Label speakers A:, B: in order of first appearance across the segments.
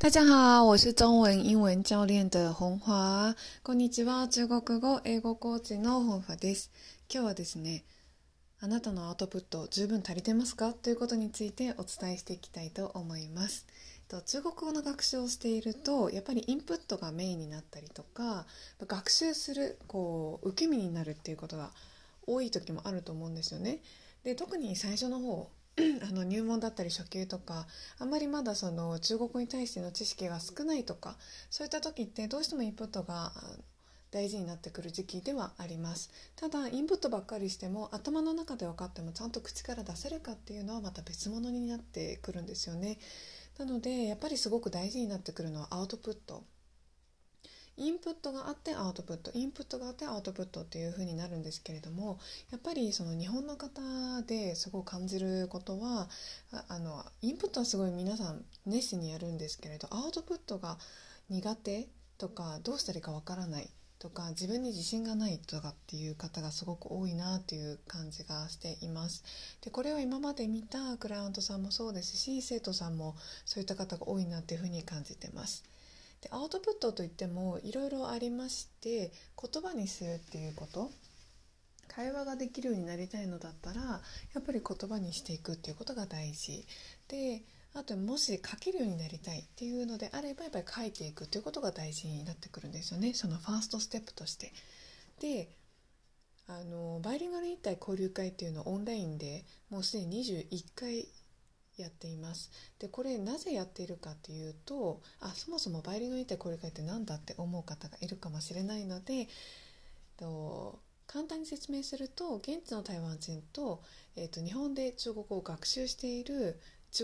A: 大家好，我是中文英文教練的本華。こんにちは、中国語英語コーチの本華です。今日はですね、あなたのアウトプット十分足りてますかということについてお伝えしていきたいと思います。中国語の学習をしているとやっぱりインプットがメインになったりとか、学習する受け身になるっていうことが多い時もあると思うんですよね。で、特に最初の方入門だったり初級とか、あんまりまだその中国語に対しての知識が少ないとか、そういった時ってどうしてもインプットが大事になってくる時期ではあります。ただインプットばっかりしても頭の中で分かってもちゃんと口から出せるかっていうのはまた別物になってくるんですよね。なのでやっぱりすごく大事になってくるのはアウトプット。インプットがあってアウトプット、インプットがあってアウトプットっていう風になるんですけれども、やっぱりその日本の方ですごい感じることは、インプットはすごい皆さん熱心にやるんですけれど、アウトプットが苦手とか、どうしたらいいかわからないとか、自分に自信がないとかっていう方がすごく多いなっていう感じがしています。で、これは今まで見たクライアントさんもそうですし、生徒さんもそういった方が多いなっていうふうに感じてます。で、アウトプットといってもいろいろありまして、言葉にするっていうこと、会話ができるようになりたいのだったらやっぱり言葉にしていくっていうことが大事で、あともし書けるようになりたいっていうのであればやっぱり書いていくっていうことが大事になってくるんですよね。そのファーストステップとして。で、バイリンガル一体交流会っていうのをオンラインでもうすでに21回やっています。で、これなぜやっているかっていうと、そもそもバイリンガル一体交流会って何だって思う方がいるかもしれないので、簡単に説明すると、現地の台湾人と、日本で中国語を学習している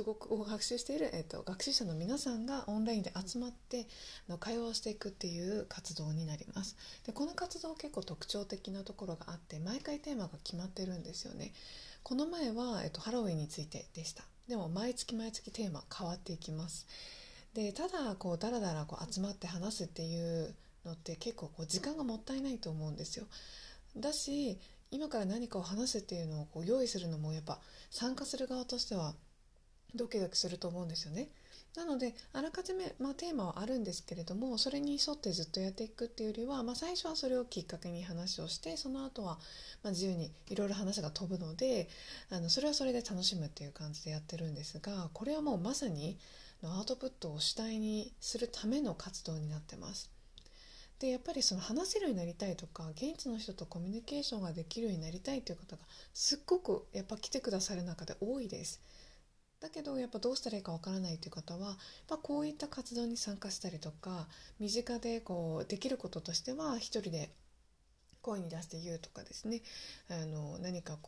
A: 学習者の皆さんがオンラインで集まって会話をしていくっていう活動になります。で、この活動結構特徴的なところがあって、毎回テーマが決まってるんですよね。この前は、ハロウィンについてでした。でも毎月毎月テーマ変わっていきます。で、ただだらだら集まって話すっていうのって結構時間がもったいないと思うんですよ。だし、今から何かを話すっていうのを用意するのもやっぱ参加する側としてはドキドキすると思うんですよね。なのであらかじめ、テーマはあるんですけれども、それに沿ってずっとやっていくっていうよりは、最初はそれをきっかけに話をして、その後は自由にいろいろ話が飛ぶので、それはそれで楽しむっていう感じでやってるんですが、これはもうまさにアウトプットを主体にするための活動になってます。で、やっぱりその話せるようになりたいとか、現地の人とコミュニケーションができるようになりたいという方がすっごくやっぱ来てくださる中で多いです。だけどやっぱどうしたらいいかわからないという方は、こういった活動に参加したりとか、身近でできることとしては、一人で声に出して言うとかですね、何か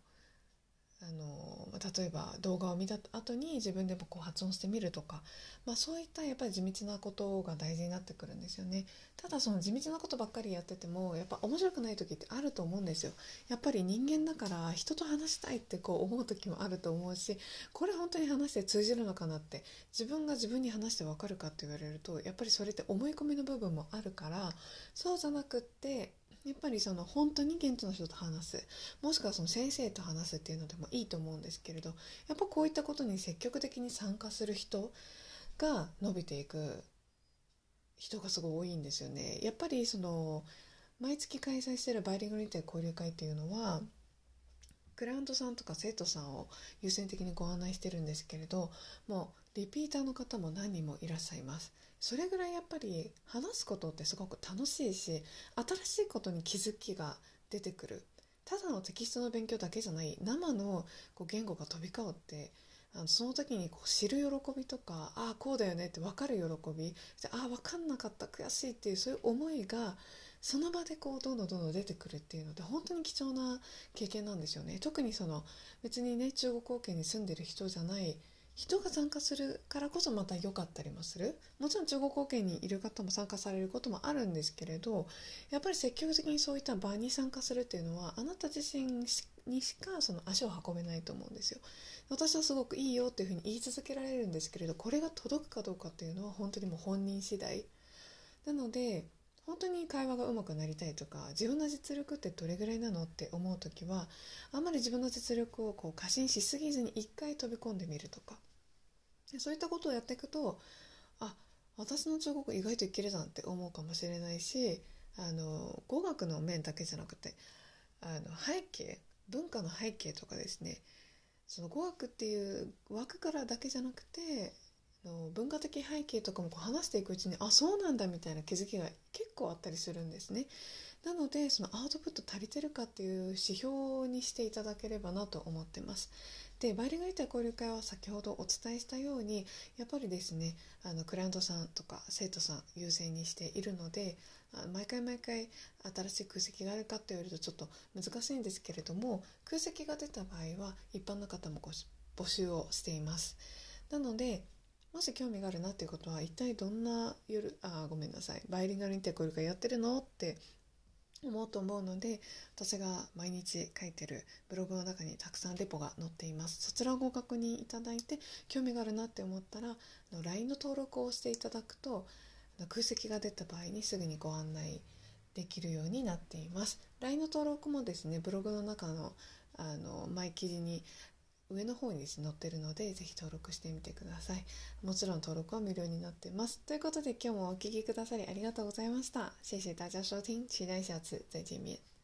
A: 例えば動画を見た後に自分でも発音してみるとか、そういったやっぱり地道なことが大事になってくるんですよね。ただその地道なことばっかりやっててもやっぱ面白くない時ってあると思うんですよ。やっぱり人間だから人と話したいって思う時もあると思うし、これ本当に話して通じるのかなって、自分が自分に話して分かるかって言われると、やっぱりそれって思い込みの部分もあるから、そうじゃなくって、やっぱりその本当に現地の人と話す、もしくはその先生と話すっていうのでもいいと思うんですけれど、やっぱこういったことに積極的に参加する人が伸びていく人がすごい多いんですよね。やっぱりその毎月開催しているバイリンガル認定交流会っていうのは、クライアントさんとか生徒さんを優先的にご案内してるんですけれど、もうリピーターの方も何人もいらっしゃいます。それぐらいやっぱり話すことってすごく楽しいし、新しいことに気づきが出てくる。ただのテキストの勉強だけじゃない、生の言語が飛び交うって、その時に知る喜びとか、こうだよねって分かる喜び、分かんなかった、悔しいっていう、そういう思いがその場でどんどんどんどん出てくるっていうので、本当に貴重な経験なんですよね。特に別にね、中国語圏に住んでる人じゃない人が参加するからこそまた良かったりもする。もちろん中国語圏にいる方も参加されることもあるんですけれど、やっぱり積極的にそういった場に参加するっていうのは、あなた自身にしかその足を運べないと思うんですよ。私はすごくいいよっていうふうに言い続けられるんですけれど、これが届くかどうかっていうのは本当にもう本人次第なので、本当に会話が上手くなりたいとか、自分の実力ってどれぐらいなのって思うときは、あんまり自分の実力を過信しすぎずに一回飛び込んでみるとか、そういったことをやっていくと、 あ、私の中国意外といけるじゃんって思うかもしれないし、語学の面だけじゃなくて、背景、文化の背景とかですね、その語学っていう枠からだけじゃなくて、文化的背景とかもこう話していくうちに、あ、そうなんだみたいな気づきが結構あったりするんですね。なのでそのアウトプット足りてるかっていう指標にしていただければなと思ってます。で、バイリンガルニティ交流会は先ほどお伝えしたように、やっぱりですね、クライアントさんとか生徒さん優先にしているので、毎回毎回新しい空席があるかって言われるとちょっと難しいんですけれども、空席が出た場合は一般の方も募集をしています。なので、もし興味があるなっていうことは、一体どんなごめんなさい、バイリンガルニティ交流会やってるのって思うと思うので、私が毎日書いてるブログの中にたくさんレポが載っています。そちらをご確認いただいて、興味があるなって思ったらLINE の登録をしていただくと、空席が出た場合にすぐにご案内できるようになっています。 LINE の登録もですね、ブログの中の前記事に上の方にですね載ってるので、ぜひ登録してみてください。もちろん登録は無料になってます。ということで、今日もお聞きくださりありがとうございました。谢谢大家收听，期待下次再见面。